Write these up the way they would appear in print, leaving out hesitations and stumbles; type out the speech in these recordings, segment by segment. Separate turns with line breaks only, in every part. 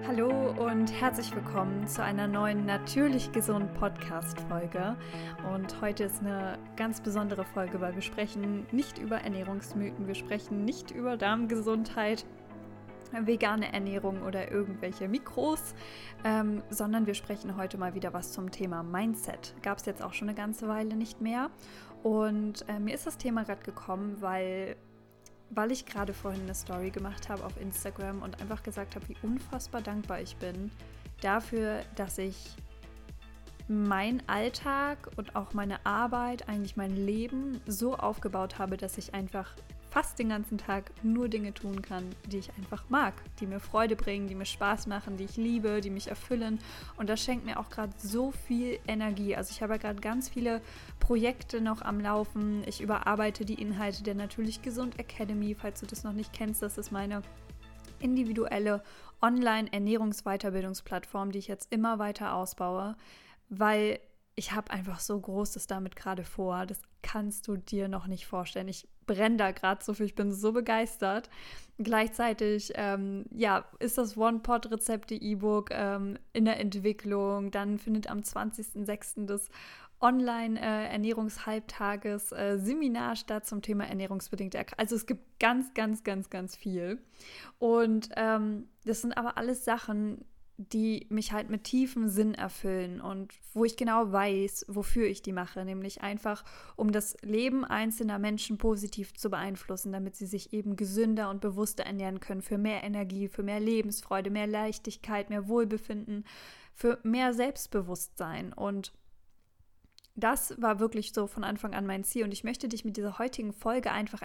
Hallo und herzlich willkommen zu einer neuen Natürlich Gesund Podcast-Folge. Und heute ist eine ganz besondere Folge, weil wir sprechen nicht über Ernährungsmythen, wir sprechen nicht über Darmgesundheit, vegane Ernährung oder irgendwelche Mikros, sondern wir sprechen heute mal wieder was zum Thema Mindset. Gab es jetzt auch schon eine ganze Weile nicht mehr. Und mir ist das Thema gerade gekommen, weil ich gerade vorhin eine Story gemacht habe auf Instagram und einfach gesagt habe, wie unfassbar dankbar ich bin dafür, dass ich meinen Alltag und auch meine Arbeit, eigentlich mein Leben so aufgebaut habe, dass ich einfach fast den ganzen Tag nur Dinge tun kann, die ich einfach mag, die mir Freude bringen, die mir Spaß machen, die ich liebe, die mich erfüllen. Und das schenkt mir auch gerade so viel Energie. Also ich habe ja gerade ganz viele Projekte noch am Laufen. Ich überarbeite die Inhalte der Natürlich Gesund Academy. Falls du das noch nicht kennst, das ist meine individuelle Online-Ernährungsweiterbildungsplattform, die ich jetzt immer weiter ausbaue, weil ich habe einfach so Großes damit gerade vor. Das kannst du dir noch nicht vorstellen. Ich brenne da gerade so viel. Ich bin so begeistert. Gleichzeitig ist das One-Pot-Rezepte-E-Book in der Entwicklung. Dann findet am 20.06. das Online-Ernährungshalbtages-Seminar statt zum Thema ernährungsbedingte Erkrankungen. Also es gibt ganz, ganz, ganz, ganz viel. Und das sind aber alles Sachen, die mich halt mit tiefem Sinn erfüllen und wo ich genau weiß, wofür ich die mache, nämlich einfach, um das Leben einzelner Menschen positiv zu beeinflussen, damit sie sich eben gesünder und bewusster ernähren können, für mehr Energie, für mehr Lebensfreude, mehr Leichtigkeit, mehr Wohlbefinden, für mehr Selbstbewusstsein. Und das war wirklich so von Anfang an mein Ziel und ich möchte dich mit dieser heutigen Folge einfach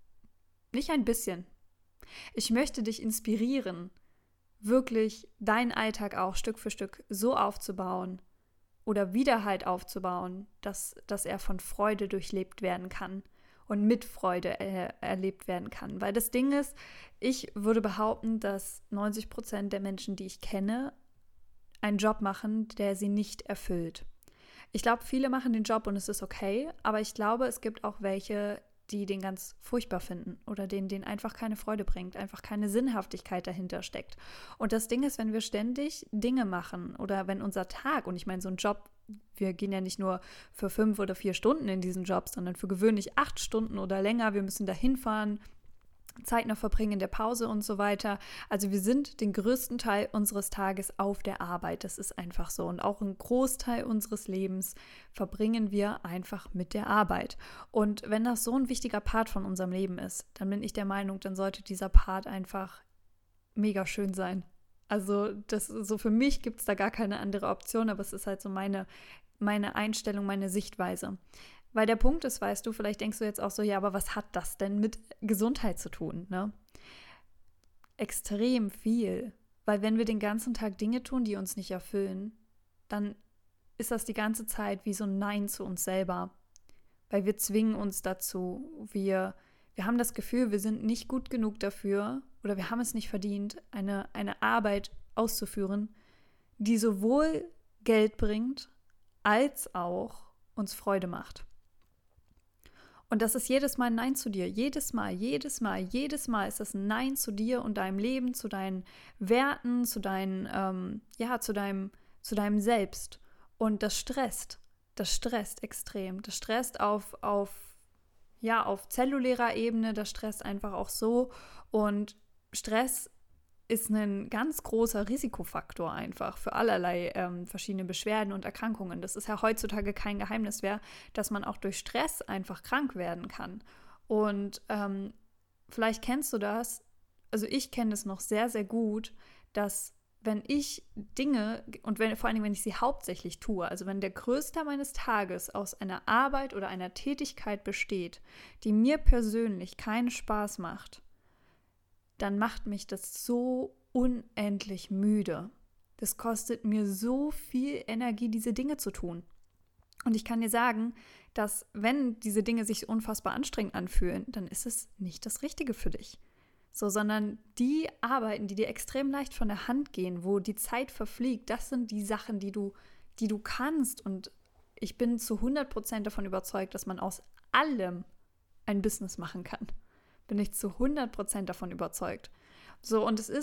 ich möchte dich inspirieren, wirklich deinen Alltag auch Stück für Stück so aufzubauen oder wieder halt aufzubauen, dass er von Freude durchlebt werden kann und mit Freude erlebt werden kann. Weil das Ding ist, ich würde behaupten, dass 90% der Menschen, die ich kenne, einen Job machen, der sie nicht erfüllt. Ich glaube, viele machen den Job und es ist okay, aber ich glaube, es gibt auch welche, die den ganz furchtbar finden oder denen einfach keine Freude bringt, einfach keine Sinnhaftigkeit dahinter steckt. Und das Ding ist, wenn wir ständig Dinge machen oder wenn unser Tag, und ich meine, so ein Job, wir gehen ja nicht nur für 5 oder 4 Stunden in diesen Job, sondern für gewöhnlich 8 Stunden oder länger, wir müssen da hinfahren, Zeit noch verbringen in der Pause und so weiter. Also wir sind den größten Teil unseres Tages auf der Arbeit. Das ist einfach so. Und auch einen Großteil unseres Lebens verbringen wir einfach mit der Arbeit. Und wenn das so ein wichtiger Part von unserem Leben ist, dann bin ich der Meinung, dann sollte dieser Part einfach mega schön sein. Also so für mich gibt es da gar keine andere Option, aber es ist halt so meine Einstellung, meine Sichtweise. Weil der Punkt ist, weißt du, vielleicht denkst du jetzt auch so, ja, aber was hat das denn mit Gesundheit zu tun, ne? Extrem viel. Weil wenn wir den ganzen Tag Dinge tun, die uns nicht erfüllen, dann ist das die ganze Zeit wie so ein Nein zu uns selber. Weil wir zwingen uns dazu. Wir haben das Gefühl, wir sind nicht gut genug dafür oder wir haben es nicht verdient, eine Arbeit auszuführen, die sowohl Geld bringt, als auch uns Freude macht. Und das ist jedes Mal ein Nein zu dir. Jedes Mal ist das ein Nein zu dir und deinem Leben, zu deinen Werten, zu deinem Selbst. Und das stresst extrem. Das stresst auf zellulärer Ebene, das stresst einfach auch so. Und Stress ist ein ganz großer Risikofaktor einfach für allerlei verschiedene Beschwerden und Erkrankungen. Das ist ja heutzutage kein Geheimnis mehr, dass man auch durch Stress einfach krank werden kann. Und vielleicht kennst du das, also ich kenne es noch sehr, sehr gut, dass wenn ich Dinge, und vor allen Dingen, wenn ich sie hauptsächlich tue, also wenn der größte Teil meines Tages aus einer Arbeit oder einer Tätigkeit besteht, die mir persönlich keinen Spaß macht, dann macht mich das so unendlich müde. Das kostet mir so viel Energie, diese Dinge zu tun. Und ich kann dir sagen, dass wenn diese Dinge sich unfassbar anstrengend anfühlen, dann ist es nicht das Richtige für dich. So, sondern die Arbeiten, die dir extrem leicht von der Hand gehen, wo die Zeit verfliegt, das sind die Sachen, die du kannst. Und ich bin zu 100% davon überzeugt, dass man aus allem ein Business machen kann. Bin ich zu 100% davon überzeugt. So, und es ist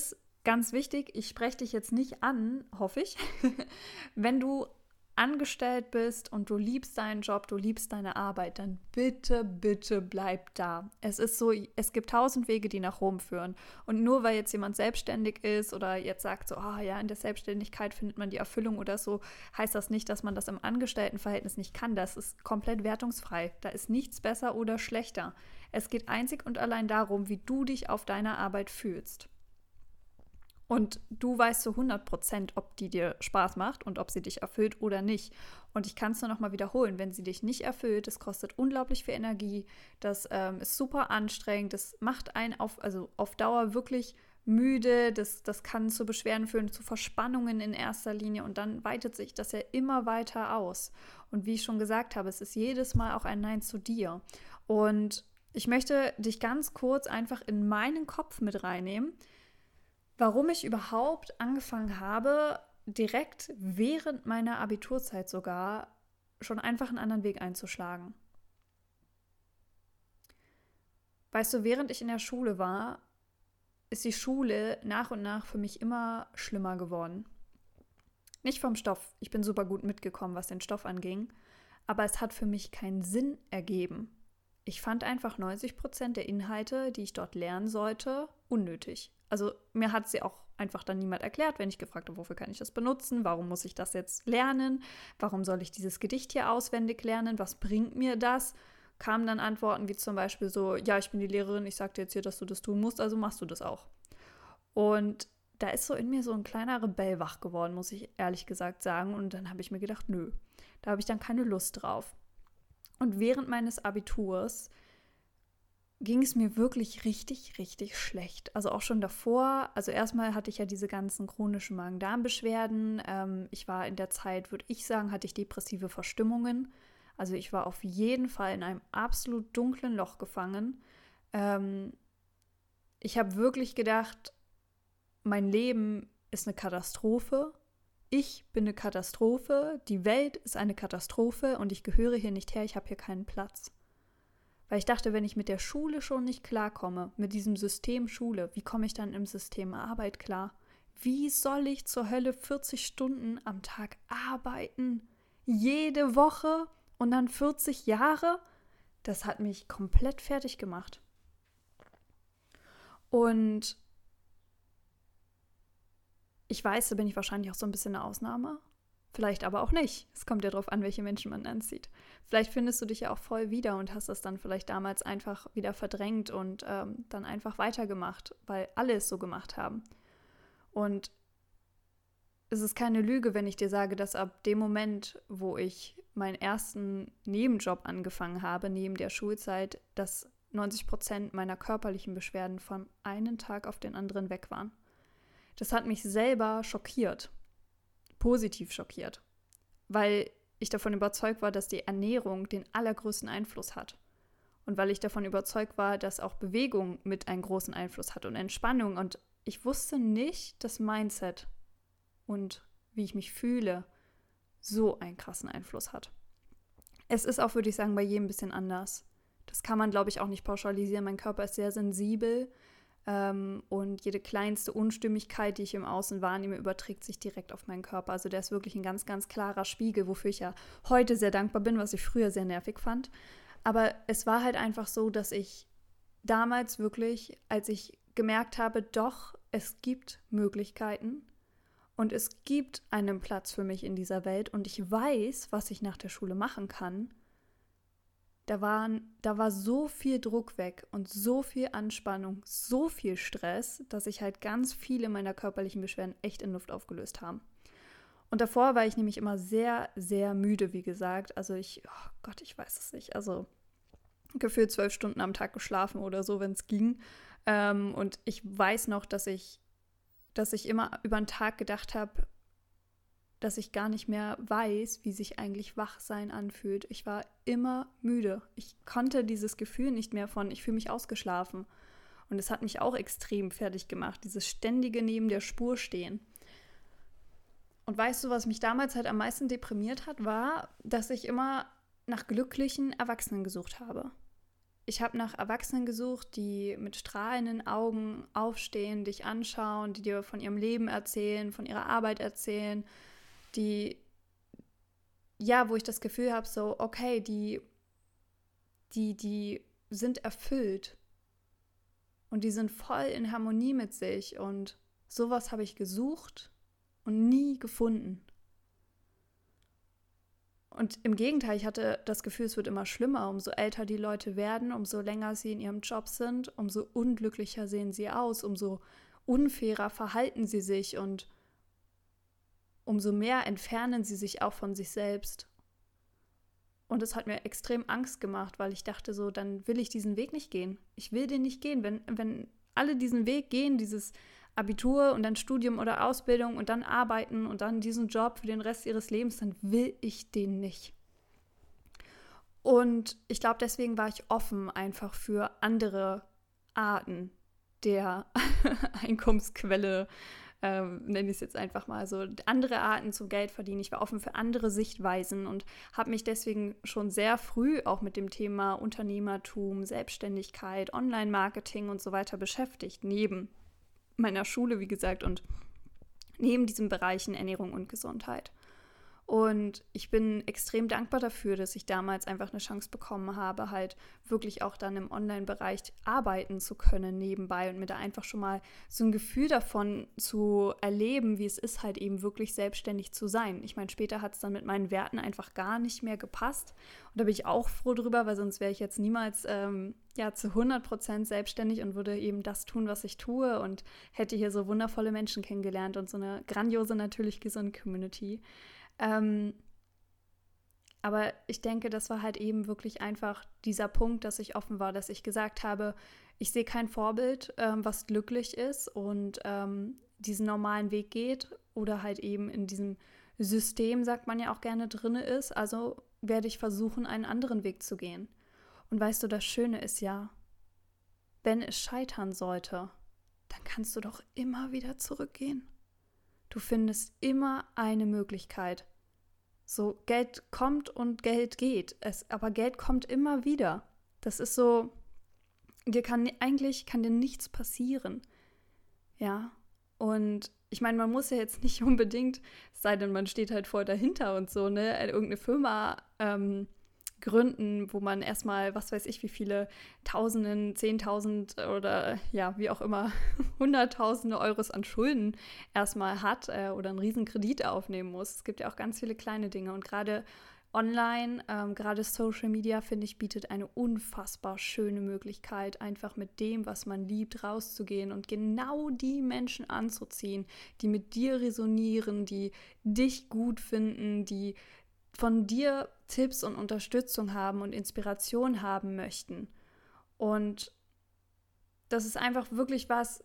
ganz wichtig, ich spreche dich jetzt nicht an, hoffe ich, wenn du angestellt bist und du liebst deinen Job, du liebst deine Arbeit, dann bitte, bitte bleib da. Es ist so, es gibt 1000 Wege, die nach Rom führen. Und nur weil jetzt jemand selbstständig ist oder jetzt sagt so, ah ja, in der Selbstständigkeit findet man die Erfüllung oder so, heißt das nicht, dass man das im Angestelltenverhältnis nicht kann. Das ist komplett wertungsfrei. Da ist nichts besser oder schlechter. Es geht einzig und allein darum, wie du dich auf deiner Arbeit fühlst. Und du weißt zu 100%, ob die dir Spaß macht und ob sie dich erfüllt oder nicht. Und ich kann es nur noch mal wiederholen, wenn sie dich nicht erfüllt, das kostet unglaublich viel Energie, das ist super anstrengend, das macht einen auf Dauer wirklich müde, das kann zu Beschwerden führen, zu Verspannungen in erster Linie und dann weitet sich das ja immer weiter aus. Und wie ich schon gesagt habe, es ist jedes Mal auch ein Nein zu dir. Und ich möchte dich ganz kurz einfach in meinen Kopf mit reinnehmen, warum ich überhaupt angefangen habe, direkt während meiner Abiturzeit sogar schon einfach einen anderen Weg einzuschlagen. Weißt du, während ich in der Schule war, ist die Schule nach und nach für mich immer schlimmer geworden. Nicht vom Stoff, ich bin super gut mitgekommen, was den Stoff anging, aber es hat für mich keinen Sinn ergeben. Ich fand einfach 90% der Inhalte, die ich dort lernen sollte, unnötig. Also mir hat sie auch einfach dann niemand erklärt, wenn ich gefragt habe, wofür kann ich das benutzen, warum muss ich das jetzt lernen, warum soll ich dieses Gedicht hier auswendig lernen, was bringt mir das? Kamen dann Antworten wie zum Beispiel so, ja, ich bin die Lehrerin, ich sag dir jetzt hier, dass du das tun musst, also machst du das auch. Und da ist so in mir so ein kleiner Rebell wach geworden, muss ich ehrlich gesagt sagen. Und dann habe ich mir gedacht, nö, da habe ich dann keine Lust drauf. Und während meines Abiturs ging es mir wirklich richtig, richtig schlecht. Also auch schon davor, also erstmal hatte ich ja diese ganzen chronischen Magen-Darm-Beschwerden. Ich war in der Zeit, würde ich sagen, hatte ich depressive Verstimmungen. Also ich war auf jeden Fall in einem absolut dunklen Loch gefangen. Ich habe wirklich gedacht, mein Leben ist eine Katastrophe. Ich bin eine Katastrophe. Die Welt ist eine Katastrophe und ich gehöre hier nicht her. Ich habe hier keinen Platz. Weil ich dachte, wenn ich mit der Schule schon nicht klarkomme, mit diesem System Schule, wie komme ich dann im System Arbeit klar? Wie soll ich zur Hölle 40 Stunden am Tag arbeiten? Jede Woche und dann 40 Jahre? Das hat mich komplett fertig gemacht. Und ich weiß, da bin ich wahrscheinlich auch so ein bisschen eine Ausnahme. Vielleicht aber auch nicht. Es kommt ja darauf an, welche Menschen man anzieht. Vielleicht findest du dich ja auch voll wieder und hast das dann vielleicht damals einfach wieder verdrängt und dann einfach weitergemacht, weil alle es so gemacht haben. Und es ist keine Lüge, wenn ich dir sage, dass ab dem Moment, wo ich meinen ersten Nebenjob angefangen habe, neben der Schulzeit, dass 90% meiner körperlichen Beschwerden von einem Tag auf den anderen weg waren. Das hat mich selber schockiert. Positiv schockiert, weil ich davon überzeugt war, dass die Ernährung den allergrößten Einfluss hat und weil ich davon überzeugt war, dass auch Bewegung mit einen großen Einfluss hat und Entspannung und ich wusste nicht, dass Mindset und wie ich mich fühle so einen krassen Einfluss hat. Es ist auch, würde ich sagen, bei jedem ein bisschen anders. Das kann man, glaube ich, auch nicht pauschalisieren. Mein Körper ist sehr sensibel. Und jede kleinste Unstimmigkeit, die ich im Außen wahrnehme, überträgt sich direkt auf meinen Körper. Also der ist wirklich ein ganz, ganz klarer Spiegel, wofür ich ja heute sehr dankbar bin, was ich früher sehr nervig fand. Aber es war halt einfach so, dass ich damals wirklich, als ich gemerkt habe, doch, es gibt Möglichkeiten und es gibt einen Platz für mich in dieser Welt und ich weiß, was ich nach der Schule machen kann, da war so viel Druck weg und so viel Anspannung, so viel Stress, dass sich halt ganz viele meiner körperlichen Beschwerden echt in Luft aufgelöst haben. Und davor war ich nämlich immer sehr, sehr müde, wie gesagt. Also oh Gott, ich weiß es nicht. Also gefühlt 12 Stunden am Tag geschlafen oder so, wenn es ging. Und ich weiß noch, dass ich immer über den Tag gedacht habe, dass ich gar nicht mehr weiß, wie sich eigentlich Wachsein anfühlt. Ich war immer müde. Ich konnte dieses Gefühl nicht mehr von, ich fühle mich ausgeschlafen. Und es hat mich auch extrem fertig gemacht, dieses ständige neben der Spur stehen. Und weißt du, was mich damals halt am meisten deprimiert hat, war, dass ich immer nach glücklichen Erwachsenen gesucht habe. ich habe nach Erwachsenen gesucht, die mit strahlenden Augen aufstehen, dich anschauen, die dir von ihrem Leben erzählen, von ihrer Arbeit erzählen, wo ich das Gefühl habe, so, okay, die sind erfüllt und die sind voll in Harmonie mit sich und sowas habe ich gesucht und nie gefunden. Und im Gegenteil, ich hatte das Gefühl, es wird immer schlimmer. Umso älter die Leute werden, umso länger sie in ihrem Job sind, umso unglücklicher sehen sie aus, umso unfairer verhalten sie sich und umso mehr entfernen sie sich auch von sich selbst. Und es hat mir extrem Angst gemacht, weil ich dachte so, dann will ich diesen Weg nicht gehen. Ich will den nicht gehen. Wenn alle diesen Weg gehen, dieses Abitur und dann Studium oder Ausbildung und dann arbeiten und dann diesen Job für den Rest ihres Lebens, dann will ich den nicht. Und ich glaube, deswegen war ich offen einfach für andere Arten der Einkommensquelle, nenne ich es jetzt einfach mal so, andere Arten zum Geld verdienen. Ich war offen für andere Sichtweisen und habe mich deswegen schon sehr früh auch mit dem Thema Unternehmertum, Selbstständigkeit, Online-Marketing und so weiter beschäftigt, neben meiner Schule, wie gesagt, und neben diesen Bereichen Ernährung und Gesundheit. Und ich bin extrem dankbar dafür, dass ich damals einfach eine Chance bekommen habe, halt wirklich auch dann im Online-Bereich arbeiten zu können nebenbei und mir da einfach schon mal so ein Gefühl davon zu erleben, wie es ist, halt eben wirklich selbstständig zu sein. Ich meine, später hat es dann mit meinen Werten einfach gar nicht mehr gepasst. Und da bin ich auch froh drüber, weil sonst wäre ich jetzt niemals zu 100% selbstständig und würde eben das tun, was ich tue und hätte hier so wundervolle Menschen kennengelernt und so eine grandiose, natürlich gesunde Community. Aber ich denke, das war halt eben wirklich einfach dieser Punkt, dass ich offen war, dass ich gesagt habe, ich sehe kein Vorbild, was glücklich ist und diesen normalen Weg geht oder halt eben in diesem System, sagt man ja auch gerne, drin ist. Also werde ich versuchen, einen anderen Weg zu gehen. Und weißt du, das Schöne ist ja, wenn es scheitern sollte, dann kannst du doch immer wieder zurückgehen. Du findest immer eine Möglichkeit. So, Geld kommt und Geld geht. Aber Geld kommt immer wieder. Das ist so, kann dir nichts passieren. Ja, und ich meine, man muss ja jetzt nicht unbedingt, es sei denn, man steht halt voll dahinter und so, ne, irgendeine Firma gründen, wo man erstmal, was weiß ich, wie viele Tausenden, 10.000 oder ja, wie auch immer, Hunderttausende Euros an Schulden erstmal hat oder einen riesen Kredit aufnehmen muss. Es gibt ja auch ganz viele kleine Dinge und gerade online, gerade Social Media, finde ich, bietet eine unfassbar schöne Möglichkeit, einfach mit dem, was man liebt, rauszugehen und genau die Menschen anzuziehen, die mit dir resonieren, die dich gut finden, die von dir Tipps und Unterstützung haben und Inspiration haben möchten. Und das ist einfach wirklich was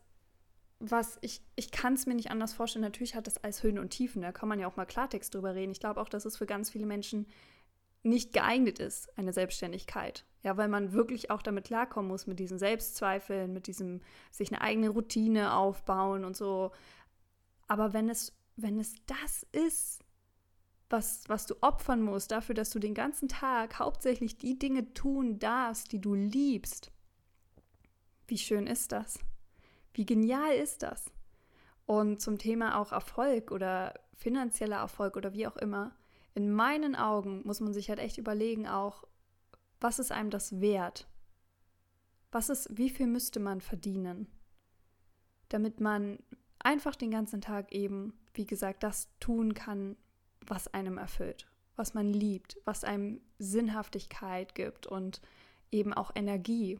ich kann es mir nicht anders vorstellen. Natürlich hat das alles Höhen und Tiefen, da kann man ja auch mal Klartext drüber reden. Ich glaube auch, dass es für ganz viele Menschen nicht geeignet ist, eine Selbstständigkeit. Ja, weil man wirklich auch damit klarkommen muss, mit diesen Selbstzweifeln, mit diesem sich eine eigene Routine aufbauen und so. Aber wenn es das ist, was du opfern musst, dafür, dass du den ganzen Tag hauptsächlich die Dinge tun darfst, die du liebst. Wie schön ist das? Wie genial ist das? Und zum Thema auch Erfolg oder finanzieller Erfolg oder wie auch immer, in meinen Augen muss man sich halt echt überlegen auch, was ist einem das wert? Wie viel müsste man verdienen, damit man einfach den ganzen Tag eben, wie gesagt, das tun kann, was einem erfüllt, was man liebt, was einem Sinnhaftigkeit gibt und eben auch Energie.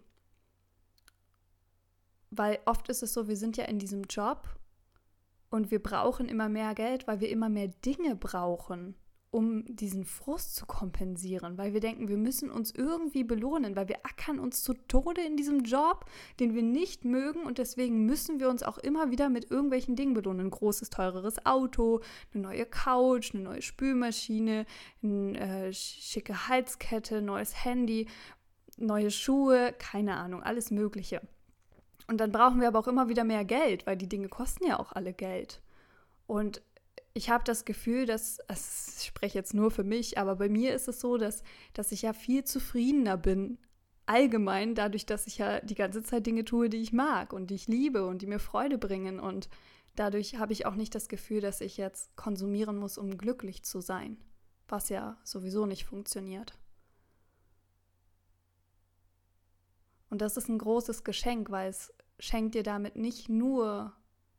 Weil oft ist es so, wir sind ja in diesem Job und wir brauchen immer mehr Geld, weil wir immer mehr Dinge brauchen, um diesen Frust zu kompensieren, weil wir denken, wir müssen uns irgendwie belohnen, weil wir ackern uns zu Tode in diesem Job, den wir nicht mögen und deswegen müssen wir uns auch immer wieder mit irgendwelchen Dingen belohnen. Ein großes, teureres Auto, eine neue Couch, eine neue Spülmaschine, eine schicke Halskette, neues Handy, neue Schuhe, keine Ahnung, alles Mögliche. Und dann brauchen wir aber auch immer wieder mehr Geld, weil die Dinge kosten ja auch alle Geld. Und ich habe das Gefühl, ich spreche jetzt nur für mich, aber bei mir ist es so, dass ich ja viel zufriedener bin allgemein dadurch, dass ich ja die ganze Zeit Dinge tue, die ich mag und die ich liebe und die mir Freude bringen. Und dadurch habe ich auch nicht das Gefühl, dass ich jetzt konsumieren muss, um glücklich zu sein, was ja sowieso nicht funktioniert. Und das ist ein großes Geschenk, weil es schenkt dir damit nicht nur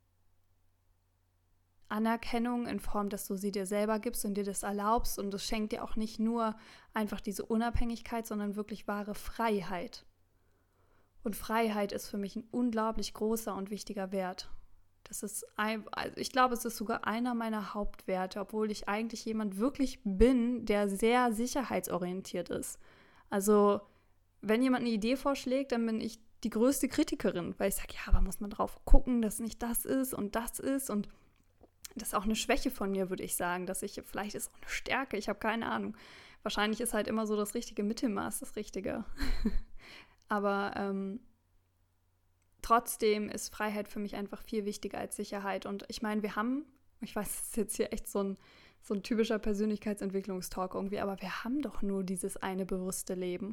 Anerkennung in Form, dass du sie dir selber gibst und dir das erlaubst, und es schenkt dir auch nicht nur einfach diese Unabhängigkeit, sondern wirklich wahre Freiheit. Und Freiheit ist für mich ein unglaublich großer und wichtiger Wert. Ich glaube, es ist sogar einer meiner Hauptwerte, obwohl ich eigentlich jemand wirklich bin, der sehr sicherheitsorientiert ist. Also, wenn jemand eine Idee vorschlägt, dann bin ich die größte Kritikerin, weil ich sage, ja, aber muss man drauf gucken, dass nicht das ist. Und das ist auch eine Schwäche von mir, würde ich sagen, vielleicht ist es auch eine Stärke, ich habe keine Ahnung. Wahrscheinlich ist halt immer so das richtige Mittelmaß das Richtige. Aber trotzdem ist Freiheit für mich einfach viel wichtiger als Sicherheit. Und ich meine, ich weiß, das ist jetzt hier echt so ein typischer Persönlichkeitsentwicklungstalk irgendwie, aber wir haben doch nur dieses eine bewusste Leben.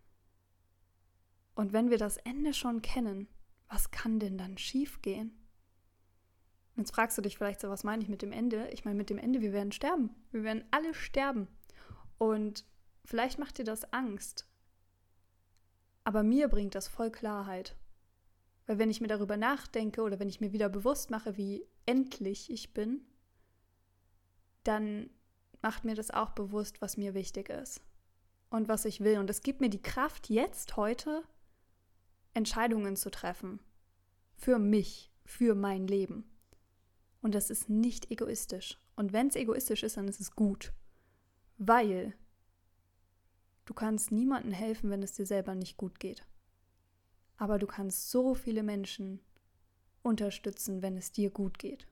Und wenn wir das Ende schon kennen, was kann denn dann schiefgehen? Jetzt fragst du dich vielleicht so, was meine ich mit dem Ende? Ich meine mit dem Ende, wir werden sterben. Wir werden alle sterben. Und vielleicht macht dir das Angst. Aber mir bringt das voll Klarheit. Weil wenn ich mir darüber nachdenke oder wenn ich mir wieder bewusst mache, wie endlich ich bin, dann macht mir das auch bewusst, was mir wichtig ist und was ich will. Und es gibt mir die Kraft, jetzt, heute, Entscheidungen zu treffen. Für mich, für mein Leben. Und das ist nicht egoistisch. Und wenn es egoistisch ist, dann ist es gut. Weil du kannst niemandem helfen, wenn es dir selber nicht gut geht. Aber du kannst so viele Menschen unterstützen, wenn es dir gut geht.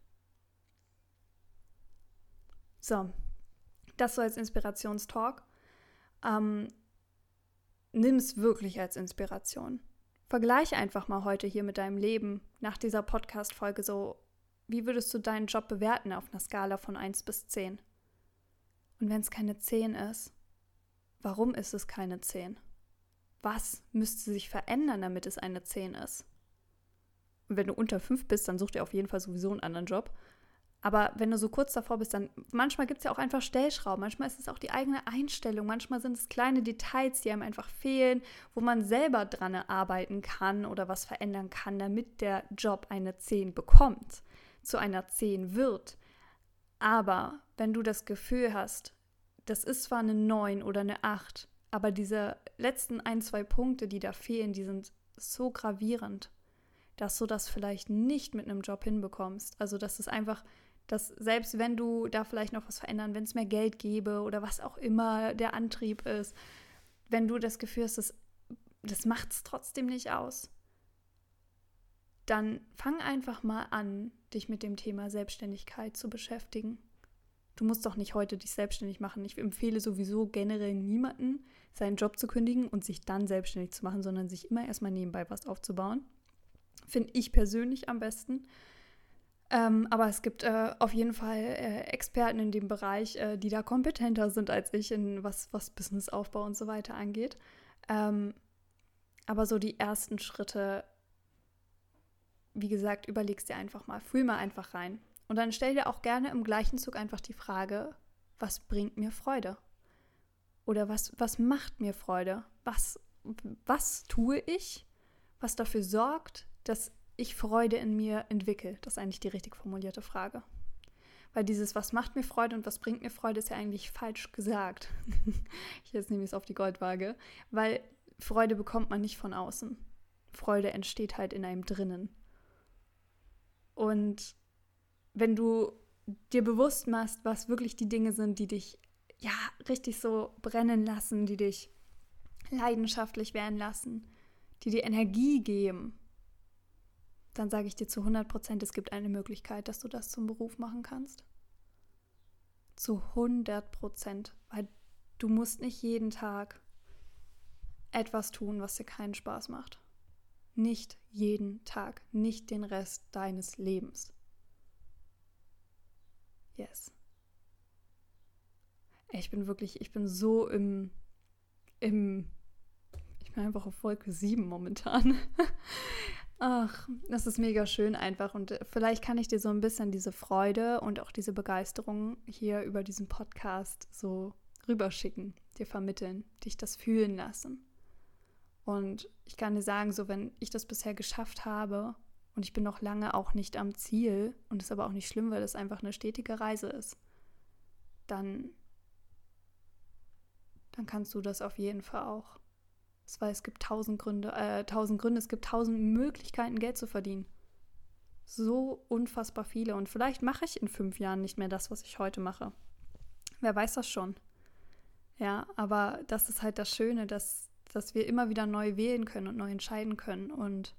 So, das so als Inspirationstalk. Nimm es wirklich als Inspiration. Vergleich einfach mal heute hier mit deinem Leben nach dieser Podcast-Folge so. Wie würdest du deinen Job bewerten auf einer Skala von 1 bis 10? Und wenn es keine 10 ist, warum ist es keine 10? Was müsste sich verändern, damit es eine 10 ist? Und wenn du unter 5 bist, dann such dir auf jeden Fall sowieso einen anderen Job. Aber wenn du so kurz davor bist, dann manchmal gibt es ja auch einfach Stellschrauben. Manchmal ist es auch die eigene Einstellung. Manchmal sind es kleine Details, die einem einfach fehlen, wo man selber dran arbeiten kann oder was verändern kann, damit der Job eine 10 bekommt, zu einer 10 wird. Aber wenn du das Gefühl hast, das ist zwar eine 9 oder eine 8, aber diese letzten 1, 2 Punkte, die da fehlen, die sind so gravierend, dass du das vielleicht nicht mit einem Job hinbekommst. Also dass es einfach, dass selbst wenn du da vielleicht noch was verändern, wenn es mehr Geld gäbe oder was auch immer der Antrieb ist, wenn du das Gefühl hast, das macht es trotzdem nicht aus, dann fang einfach mal an, dich mit dem Thema Selbstständigkeit zu beschäftigen. Du musst doch nicht heute dich selbstständig machen. Ich empfehle sowieso generell niemanden, seinen Job zu kündigen und sich dann selbstständig zu machen, sondern sich immer erstmal nebenbei was aufzubauen. Finde ich persönlich am besten. Aber es gibt auf jeden Fall Experten in dem Bereich, die da kompetenter sind als ich, was Businessaufbau und so weiter angeht. Aber so die ersten Schritte, wie gesagt, überlegst dir einfach mal, fühl mal einfach rein. Und dann stell dir auch gerne im gleichen Zug einfach die Frage, was bringt mir Freude? Oder was macht mir Freude? Was tue ich, was dafür sorgt, dass ich Freude in mir entwickle? Das ist eigentlich die richtig formulierte Frage. Weil dieses, was macht mir Freude und was bringt mir Freude, ist ja eigentlich falsch gesagt. Jetzt nehme ich es auf die Goldwaage. Weil Freude bekommt man nicht von außen. Freude entsteht halt in einem drinnen. Und wenn du dir bewusst machst, was wirklich die Dinge sind, die dich ja richtig so brennen lassen, die dich leidenschaftlich werden lassen, die dir Energie geben, dann sage ich dir zu 100%, es gibt eine Möglichkeit, dass du das zum Beruf machen kannst. Zu 100%, weil du musst nicht jeden Tag etwas tun, was dir keinen Spaß macht. Nicht jeden Tag, nicht den Rest deines Lebens. Yes. Ich bin so ich Ich bin einfach auf Wolke 7 momentan. Ach, das ist mega schön einfach und vielleicht kann ich dir so ein bisschen diese Freude und auch diese Begeisterung hier über diesen Podcast so rüberschicken, dir vermitteln, dich das fühlen lassen. Und ich kann dir sagen, so wenn ich das bisher geschafft habe und ich bin noch lange auch nicht am Ziel und ist aber auch nicht schlimm, weil es einfach eine stetige Reise ist, dann kannst du das auf jeden Fall auch. Weil es gibt 1000 Gründe, es gibt 1000 Möglichkeiten, Geld zu verdienen. So unfassbar viele. Und vielleicht mache ich in 5 Jahren nicht mehr das, was ich heute mache. Wer weiß das schon. Ja, aber das ist halt das Schöne, dass wir immer wieder neu wählen können und neu entscheiden können. Und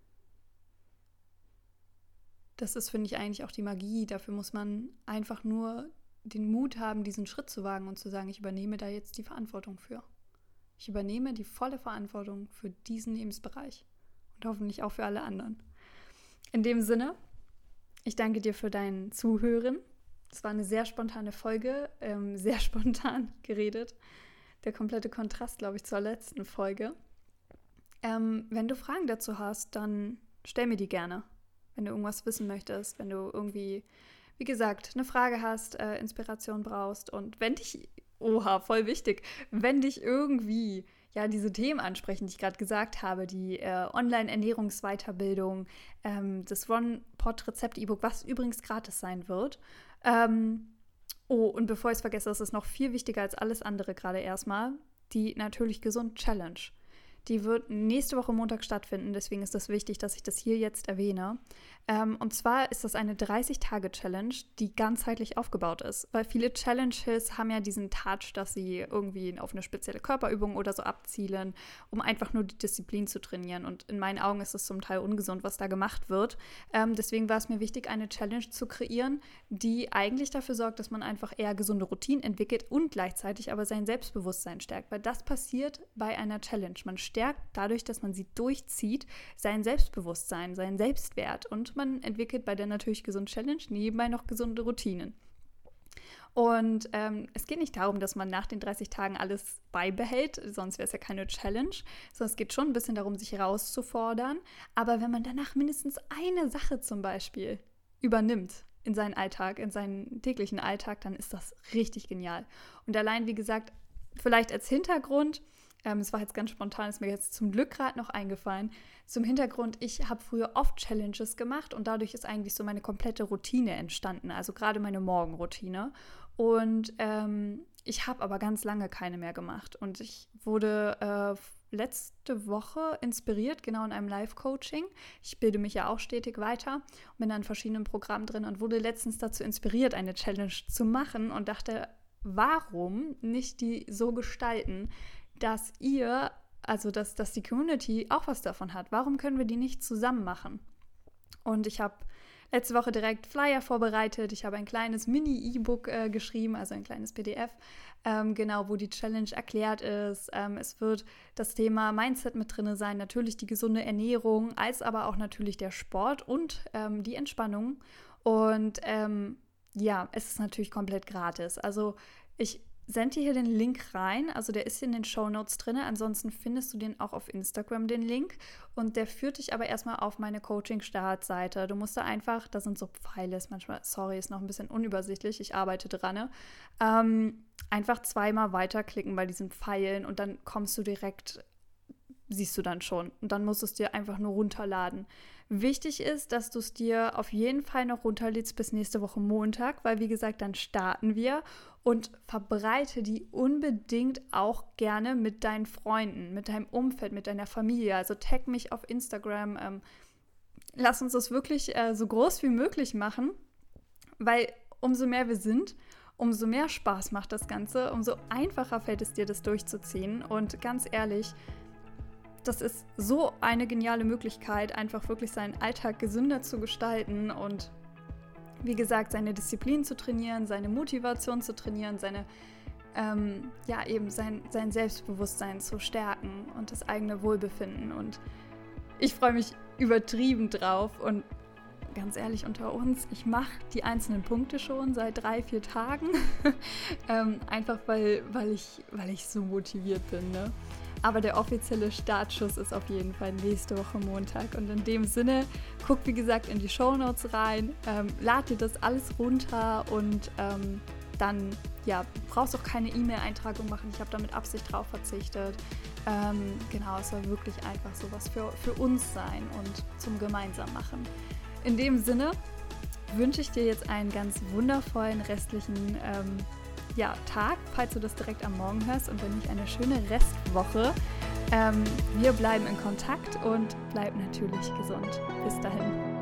das ist, finde ich, eigentlich auch die Magie. Dafür muss man einfach nur den Mut haben, diesen Schritt zu wagen und zu sagen, ich übernehme da jetzt die Verantwortung für. Ich übernehme die volle Verantwortung für diesen Lebensbereich und hoffentlich auch für alle anderen. In dem Sinne, ich danke dir für dein Zuhören. Es war eine sehr spontane Folge, sehr spontan geredet. Der komplette Kontrast, glaube ich, zur letzten Folge. Wenn du Fragen dazu hast, dann stell mir die gerne. Wenn du irgendwas wissen möchtest, wenn du irgendwie, wie gesagt, eine Frage hast, Inspiration brauchst und wenn dich voll wichtig. Wenn dich irgendwie diese Themen ansprechen, die ich gerade gesagt habe, die Online-Ernährungsweiterbildung, das One-Pot-Rezept-E-Book, was übrigens gratis sein wird. Und bevor ich es vergesse, das ist noch viel wichtiger als alles andere gerade erstmal, die Natürlich Gesund Challenge. Die wird nächste Woche Montag stattfinden, deswegen ist es wichtig, dass ich das hier jetzt erwähne. Und zwar ist das eine 30-Tage-Challenge, die ganzheitlich aufgebaut ist. Weil viele Challenges haben ja diesen Touch, dass sie irgendwie auf eine spezielle Körperübung oder so abzielen, um einfach nur die Disziplin zu trainieren. Und in meinen Augen ist es zum Teil ungesund, was da gemacht wird. Deswegen war es mir wichtig, eine Challenge zu kreieren, die eigentlich dafür sorgt, dass man einfach eher gesunde Routinen entwickelt und gleichzeitig aber sein Selbstbewusstsein stärkt. Weil das passiert bei einer Challenge. Man stärkt dadurch, dass man sie durchzieht, sein Selbstbewusstsein, seinen Selbstwert und man entwickelt bei der Natürlich Gesund Challenge nebenbei noch gesunde Routinen. Und es geht nicht darum, dass man nach den 30 Tagen alles beibehält, sonst wäre es ja keine Challenge, sondern es geht schon ein bisschen darum, sich herauszufordern. Aber wenn man danach mindestens eine Sache zum Beispiel übernimmt in seinen Alltag, in seinen täglichen Alltag, dann ist das richtig genial. Und allein, wie gesagt, vielleicht als Hintergrund, es war jetzt ganz spontan, ist mir jetzt zum Glück gerade noch eingefallen. Zum Hintergrund, ich habe früher oft Challenges gemacht und dadurch ist eigentlich so meine komplette Routine entstanden, also gerade meine Morgenroutine. Und ich habe aber ganz lange keine mehr gemacht. Und ich wurde letzte Woche inspiriert, genau in einem Live-Coaching. Ich bilde mich ja auch stetig weiter und bin an verschiedenen Programmen drin und wurde letztens dazu inspiriert, eine Challenge zu machen und dachte, warum nicht die so gestalten, dass dass die Community auch was davon hat. Warum können wir die nicht zusammen machen? Und ich habe letzte Woche direkt Flyer vorbereitet. Ich habe ein kleines Mini-E-Book geschrieben, also ein kleines PDF, wo die Challenge erklärt ist. Es wird das Thema Mindset mit drin sein, natürlich die gesunde Ernährung, als aber auch natürlich der Sport und die Entspannung. Und es ist natürlich komplett gratis. Also ich send dir hier den Link rein, also der ist hier in den Shownotes drin, ansonsten findest du den auch auf Instagram, den Link, und der führt dich aber erstmal auf meine Coaching-Startseite. Du musst da einfach, da sind so Pfeile, ist manchmal, sorry, ist noch ein bisschen unübersichtlich, ich arbeite dran, ne? Einfach zweimal weiterklicken bei diesen Pfeilen und dann kommst du direkt, siehst du dann schon, und dann musst du es dir einfach nur runterladen. Wichtig ist, dass du es dir auf jeden Fall noch runterlädst bis nächste Woche Montag, weil wie gesagt, dann starten wir, und verbreite die unbedingt auch gerne mit deinen Freunden, mit deinem Umfeld, mit deiner Familie. Also tag mich auf Instagram. Lass uns das wirklich so groß wie möglich machen, weil umso mehr wir sind, umso mehr Spaß macht das Ganze, umso einfacher fällt es dir, das durchzuziehen. Und ganz ehrlich, das ist so eine geniale Möglichkeit, einfach wirklich seinen Alltag gesünder zu gestalten und wie gesagt, seine Disziplin zu trainieren, seine Motivation zu trainieren, sein Selbstbewusstsein zu stärken und das eigene Wohlbefinden. Und ich freue mich übertrieben drauf und ganz ehrlich unter uns, ich mache die einzelnen Punkte schon seit 3-4 Tagen, einfach weil ich so motiviert bin, ne? Aber der offizielle Startschuss ist auf jeden Fall nächste Woche Montag. Und in dem Sinne, guck wie gesagt in die Shownotes rein, lad dir das alles runter und dann brauchst du auch keine E-Mail-Eintragung machen. Ich habe da mit Absicht drauf verzichtet. Genau, es soll wirklich einfach sowas für uns sein und zum gemeinsam machen. In dem Sinne wünsche ich dir jetzt einen ganz wundervollen restlichen Tag, falls du das direkt am Morgen hörst, und wenn nicht, eine schöne Restwoche. Wir bleiben in Kontakt und bleib natürlich gesund. Bis dahin.